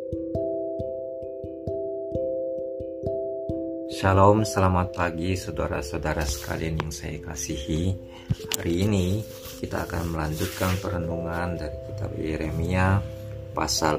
Shalom, selamat pagi saudara-saudara sekalian yang saya kasihi. Hari ini kita akan melanjutkan perenungan dari kitab Yeremia pasal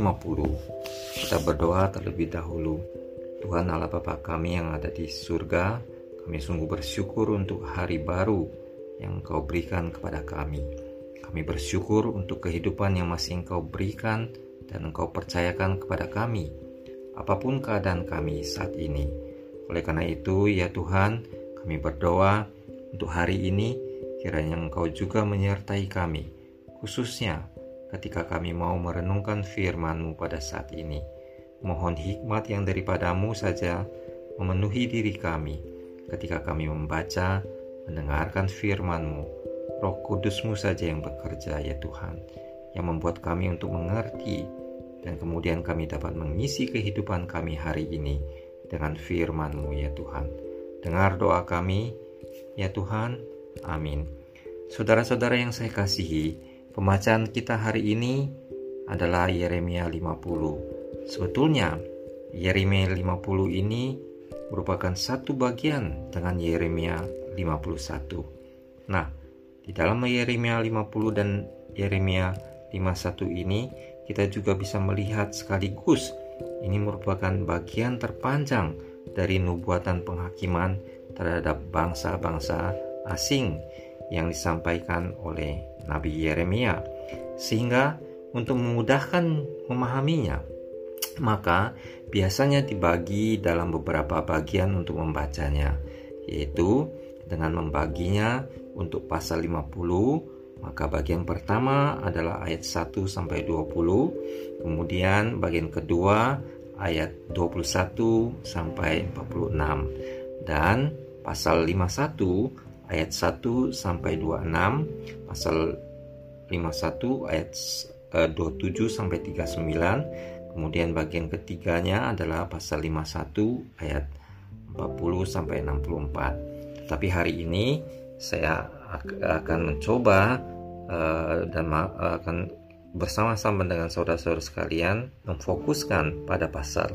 50. Kita berdoa terlebih dahulu. Tuhan Allah Bapa kami yang ada di surga, kami sungguh bersyukur untuk hari baru yang Engkau berikan kepada kami. Kami bersyukur untuk kehidupan yang masih Engkau berikan dan Engkau percayakan kepada kami, apapun keadaan kami saat ini. Oleh karena itu, ya Tuhan, kami berdoa untuk hari ini, kiranya Engkau juga menyertai kami, khususnya ketika kami mau merenungkan firman-Mu pada saat ini. Mohon hikmat yang daripadamu saja memenuhi diri kami ketika kami membaca, mendengarkan firman-Mu. Roh Kudus-Mu saja yang bekerja, ya Tuhan, yang membuat kami untuk mengerti, dan kemudian kami dapat mengisi kehidupan kami hari ini dengan firman-Mu, ya Tuhan. Dengar doa kami, ya Tuhan. Amin. Saudara-saudara yang saya kasihi, pembacaan kita hari ini adalah Yeremia 50. Sebetulnya Yeremia 50 ini merupakan satu bagian dengan Yeremia 51. Nah, di dalam Yeremia 50 dan Yeremia 51 ini kita juga bisa melihat sekaligus ini merupakan bagian terpanjang dari nubuatan penghakiman terhadap bangsa-bangsa asing yang disampaikan oleh Nabi Yeremia. Sehingga untuk memudahkan memahaminya, maka biasanya dibagi dalam beberapa bagian untuk membacanya, yaitu dengan membaginya untuk pasal 50. Maka bagian pertama adalah ayat 1 sampai 20, kemudian bagian kedua ayat 21 sampai 46, dan pasal 51 ayat 1 sampai 26, pasal 51 ayat 27 sampai 39, kemudian bagian ketiganya adalah pasal 51 ayat 40 sampai 64. Tetapi hari ini saya akan mencoba dan akan bersama-sama dengan saudara-saudara sekalian memfokuskan pada pasal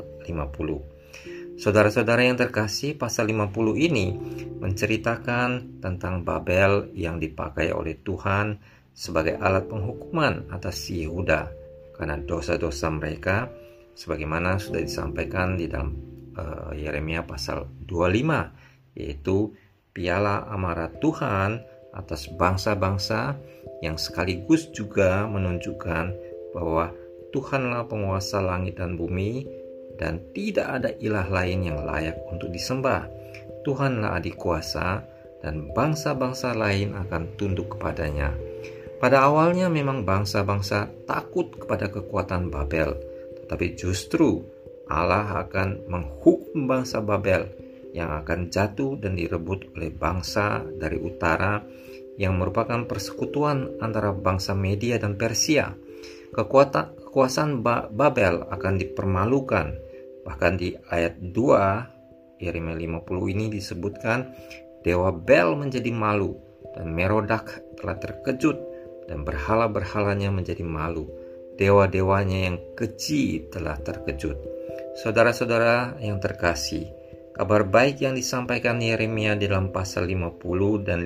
50. Saudara-saudara yang terkasih, pasal 50 ini menceritakan tentang Babel yang dipakai oleh Tuhan sebagai alat penghukuman atas Yehuda karena dosa-dosa mereka, sebagaimana sudah disampaikan di dalam Yeremia pasal 25, yaitu piala amarah Tuhan atas bangsa-bangsa, yang sekaligus juga menunjukkan bahwa Tuhanlah penguasa langit dan bumi dan tidak ada ilah lain yang layak untuk disembah. Tuhanlah adik kuasa dan bangsa-bangsa lain akan tunduk kepadanya. Pada awalnya memang bangsa-bangsa takut kepada kekuatan Babel, tetapi justru Allah akan menghukum bangsa Babel yang akan jatuh dan direbut oleh bangsa dari utara yang merupakan persekutuan antara bangsa Media dan Persia. Kekuasaan Babel akan dipermalukan. Bahkan di ayat 2 Yeremia 50 ini disebutkan Dewa Bel menjadi malu dan Merodak telah terkejut dan berhala-berhalanya menjadi malu. Dewa-dewanya yang keji telah terkejut. Saudara-saudara yang terkasih, kabar baik yang disampaikan Yeremia di dalam pasal 50 dan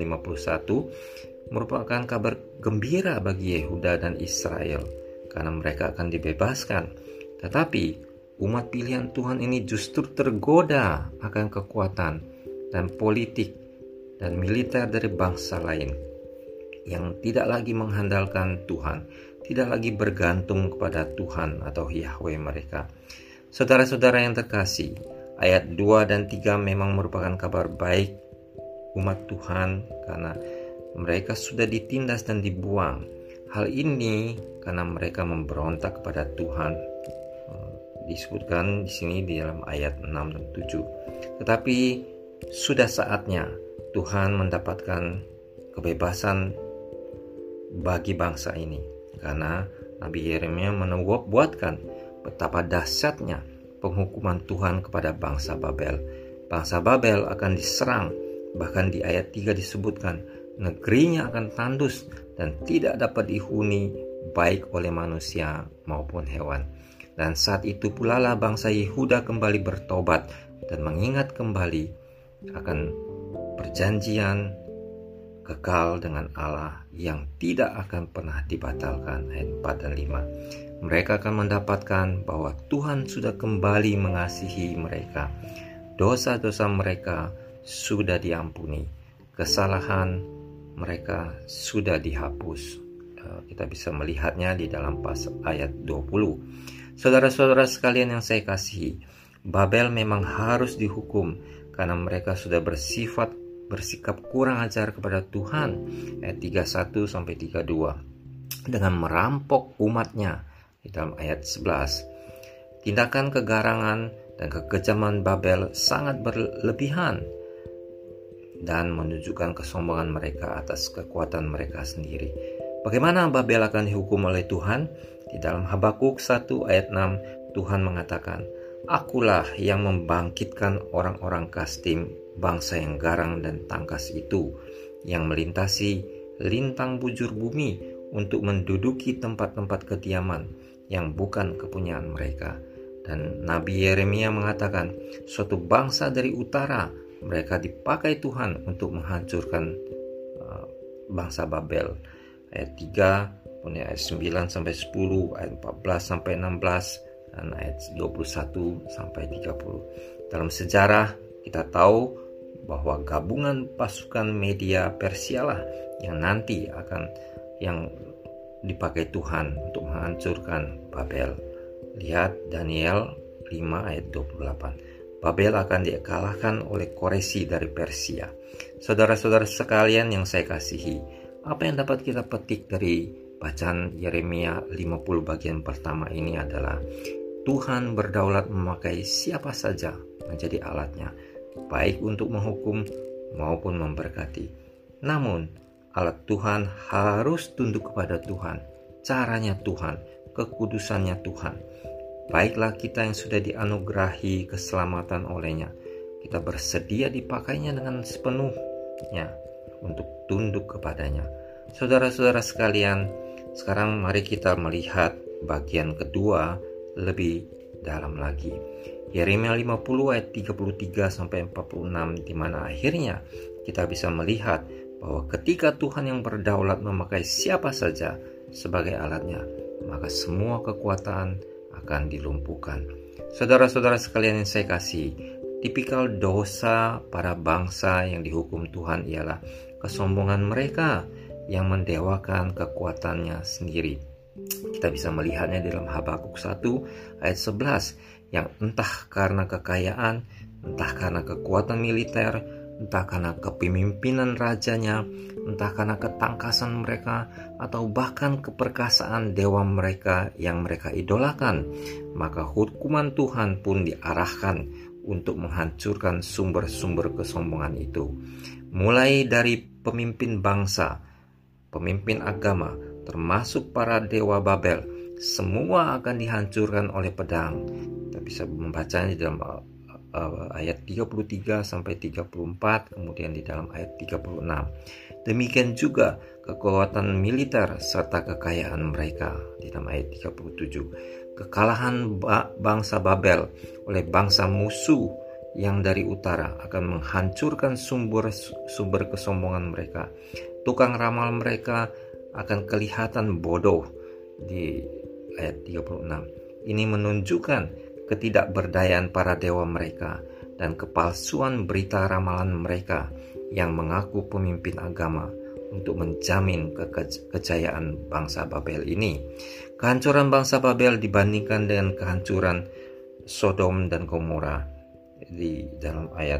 51 merupakan kabar gembira bagi Yehuda dan Israel karena mereka akan dibebaskan. Tetapi umat pilihan Tuhan ini justru tergoda akan kekuatan dan politik dan militer dari bangsa lain yang tidak lagi mengandalkan Tuhan, tidak lagi bergantung kepada Tuhan atau Yahweh mereka. Saudara-saudara yang terkasih, ayat 2 dan 3 memang merupakan kabar baik umat Tuhan karena mereka sudah ditindas dan dibuang. Hal ini karena mereka memberontak kepada Tuhan. Disebutkan di sini di dalam ayat 6 dan 7. Tetapi sudah saatnya Tuhan mendapatkan kebebasan bagi bangsa ini karena Nabi Yeremia menubuatkan betapa dahsyatnya penghukuman Tuhan kepada bangsa Babel. Bangsa Babel akan diserang, bahkan di ayat 3 disebutkan negerinya akan tandus dan tidak dapat dihuni baik oleh manusia maupun hewan. Dan saat itu pula lah bangsa Yehuda kembali bertobat dan mengingat kembali akan perjanjian kekal dengan Allah yang tidak akan pernah dibatalkan. Ayat 4 dan 5. Mereka akan mendapatkan bahwa Tuhan sudah kembali mengasihi mereka. Dosa-dosa mereka sudah diampuni. Kesalahan mereka sudah dihapus. Kita bisa melihatnya di dalam ayat 20. Saudara-saudara sekalian yang saya kasihi, Babel memang harus dihukum karena mereka sudah bersikap kurang ajar kepada Tuhan. Ayat 31 sampai 32. Dengan merampok umatnya di dalam ayat 11. Tindakan kegarangan dan kekejaman Babel sangat berlebihan dan menunjukkan kesombongan mereka atas kekuatan mereka sendiri. Bagaimana Babel akan dihukum oleh Tuhan? Di dalam Habakuk 1 ayat 6, Tuhan mengatakan, "Akulah yang membangkitkan orang-orang Kasdim, bangsa yang garang dan tangkas itu, yang melintasi lintang bujur bumi untuk menduduki tempat-tempat kediaman yang bukan kepunyaan mereka." Dan Nabi Yeremia mengatakan, suatu bangsa dari utara, mereka dipakai Tuhan untuk menghancurkan bangsa Babel. Ayat 3, kemudian ayat 9 sampai 10, ayat 14 sampai 16, dan ayat 21 sampai 30. Dalam sejarah kita tahu bahwa gabungan pasukan Media Persia lah yang nanti yang dipakai Tuhan untuk menghancurkan Babel. Lihat Daniel 5 ayat 28. Babel akan dikalahkan oleh Koresi dari Persia. Saudara-saudara sekalian yang saya kasihi, apa yang dapat kita petik dari bacaan Yeremia 50 bagian pertama ini adalah Tuhan berdaulat memakai siapa saja menjadi alatnya, baik untuk menghukum maupun memberkati. Namun alat Tuhan harus tunduk kepada Tuhan, caranya Tuhan, kekudusannya Tuhan. Baiklah kita yang sudah dianugerahi keselamatan olehnya, kita bersedia dipakainya dengan sepenuhnya untuk tunduk kepadanya. Saudara-saudara sekalian, sekarang mari kita melihat bagian kedua lebih dalam lagi. Yeremia 50 ayat 33 sampai 46, di mana akhirnya kita bisa melihat bahwa ketika Tuhan yang berdaulat memakai siapa saja sebagai alatnya, maka semua kekuatan akan dilumpuhkan. Saudara-saudara sekalian yang saya kasih, tipikal dosa para bangsa yang dihukum Tuhan ialah kesombongan mereka yang mendewakan kekuatannya sendiri. Kita bisa melihatnya dalam Habakuk 1 ayat 11, yang entah karena kekayaan, entah karena kekuatan militer, entah karena kepemimpinan rajanya, entah karena ketangkasan mereka, atau bahkan keperkasaan dewa mereka yang mereka idolakan, maka hukuman Tuhan pun diarahkan untuk menghancurkan sumber-sumber kesombongan itu. Mulai dari pemimpin bangsa, pemimpin agama, termasuk para dewa Babel, semua akan dihancurkan oleh pedang. Kita bisa membacanya di dalam ayat 33 sampai 34, kemudian di dalam ayat 36. Demikian juga kekuatan militer serta kekayaan mereka di dalam ayat 37. Kekalahan bangsa Babel oleh bangsa musuh yang dari utara akan menghancurkan sumber kesombongan mereka. Tukang ramal mereka akan kelihatan bodoh di ayat 36. Ini menunjukkan ketidakberdayaan para dewa mereka dan kepalsuan berita ramalan mereka yang mengaku pemimpin agama untuk menjamin kejayaan bangsa Babel ini. Kehancuran bangsa Babel dibandingkan dengan kehancuran Sodom dan Gomora di dalam ayat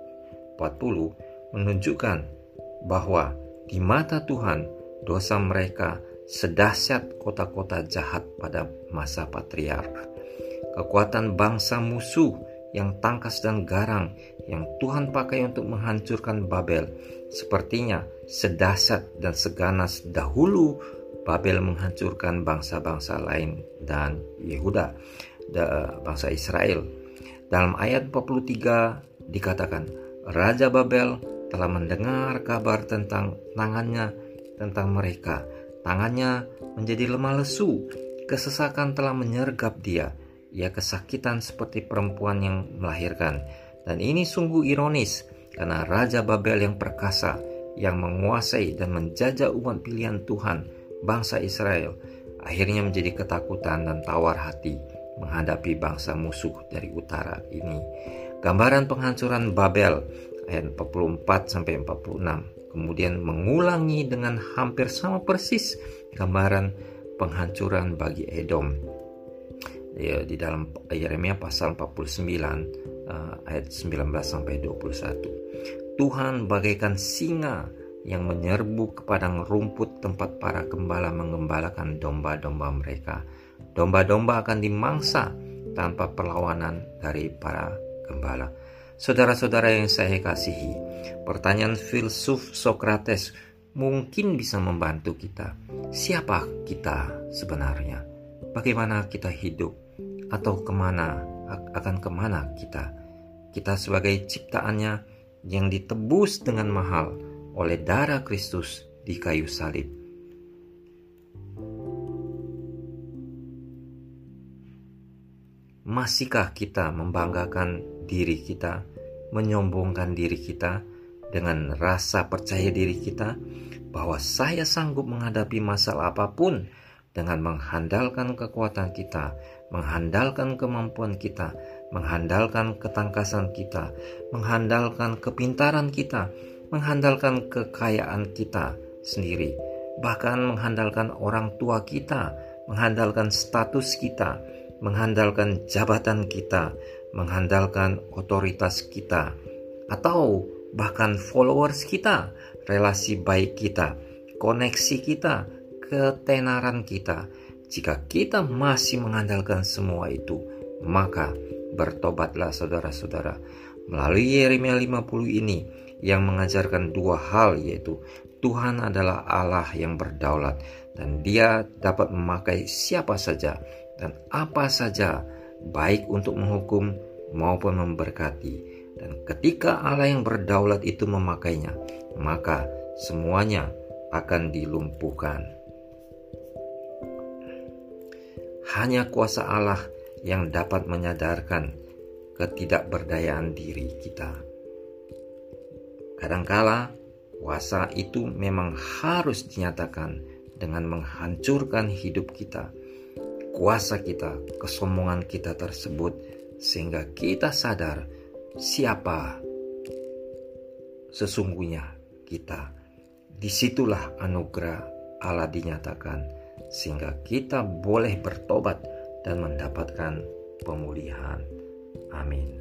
40 menunjukkan bahwa di mata Tuhan dosa mereka sedahsyat kota-kota jahat pada masa patriark. Kekuatan bangsa musuh yang tangkas dan garang yang Tuhan pakai untuk menghancurkan Babel sepertinya sedahsyat dan seganas dahulu Babel menghancurkan bangsa-bangsa lain dan Yehuda, bangsa Israel. Dalam ayat 43 dikatakan, Raja Babel telah mendengar kabar tentang tangannya, tentang mereka. Tangannya menjadi lemah lesu Kesesakan telah menyergap dia. Ia kesakitan seperti perempuan yang melahirkan. Dan ini sungguh ironis, karena Raja Babel yang perkasa, yang menguasai dan menjajah umat pilihan Tuhan, bangsa Israel, akhirnya menjadi ketakutan dan tawar hati menghadapi bangsa musuh dari utara ini. Gambaran penghancuran Babel ayat 44-46 kemudian mengulangi dengan hampir sama persis gambaran penghancuran bagi Edom di dalam Yeremia pasal 49 ayat 19-21. Tuhan bagaikan singa yang menyerbu ke padang rumput tempat para gembala menggembalakan domba-domba mereka. Domba-domba akan dimangsa tanpa perlawanan dari para gembala. Saudara-saudara yang saya kasihi, pertanyaan filsuf Sokrates mungkin bisa membantu kita. Siapa kita sebenarnya? Bagaimana kita hidup? Atau akan kemana kita? Kita sebagai ciptaannya yang ditebus dengan mahal oleh darah Kristus di kayu salib. Masihkah kita membanggakan diri kita, menyombongkan diri kita dengan rasa percaya diri kita bahwa saya sanggup menghadapi masalah apapun dengan mengandalkan kekuatan kita, mengandalkan kemampuan kita, mengandalkan ketangkasan kita, mengandalkan kepintaran kita, mengandalkan kekayaan kita sendiri, bahkan mengandalkan orang tua kita, mengandalkan status kita, mengandalkan jabatan kita, mengandalkan otoritas kita, atau bahkan followers kita, relasi baik kita, koneksi kita, ketenaran kita. Jika kita masih mengandalkan semua itu, maka bertobatlah saudara-saudara. Melalui Yeremia 50 ini yang mengajarkan dua hal, yaitu Tuhan adalah Allah yang berdaulat dan Dia dapat memakai siapa saja dan apa saja, baik untuk menghukum maupun memberkati. Dan ketika Allah yang berdaulat itu memakainya, maka semuanya akan dilumpuhkan. Hanya kuasa Allah yang dapat menyadarkan ketidakberdayaan diri kita. Kadangkala kuasa itu memang harus dinyatakan dengan menghancurkan hidup kita, kuasa kita, kesombongan kita tersebut, sehingga kita sadar siapa sesungguhnya kita. Disitulah anugerah Allah dinyatakan, sehingga kita boleh bertobat dan mendapatkan pemulihan. Amin.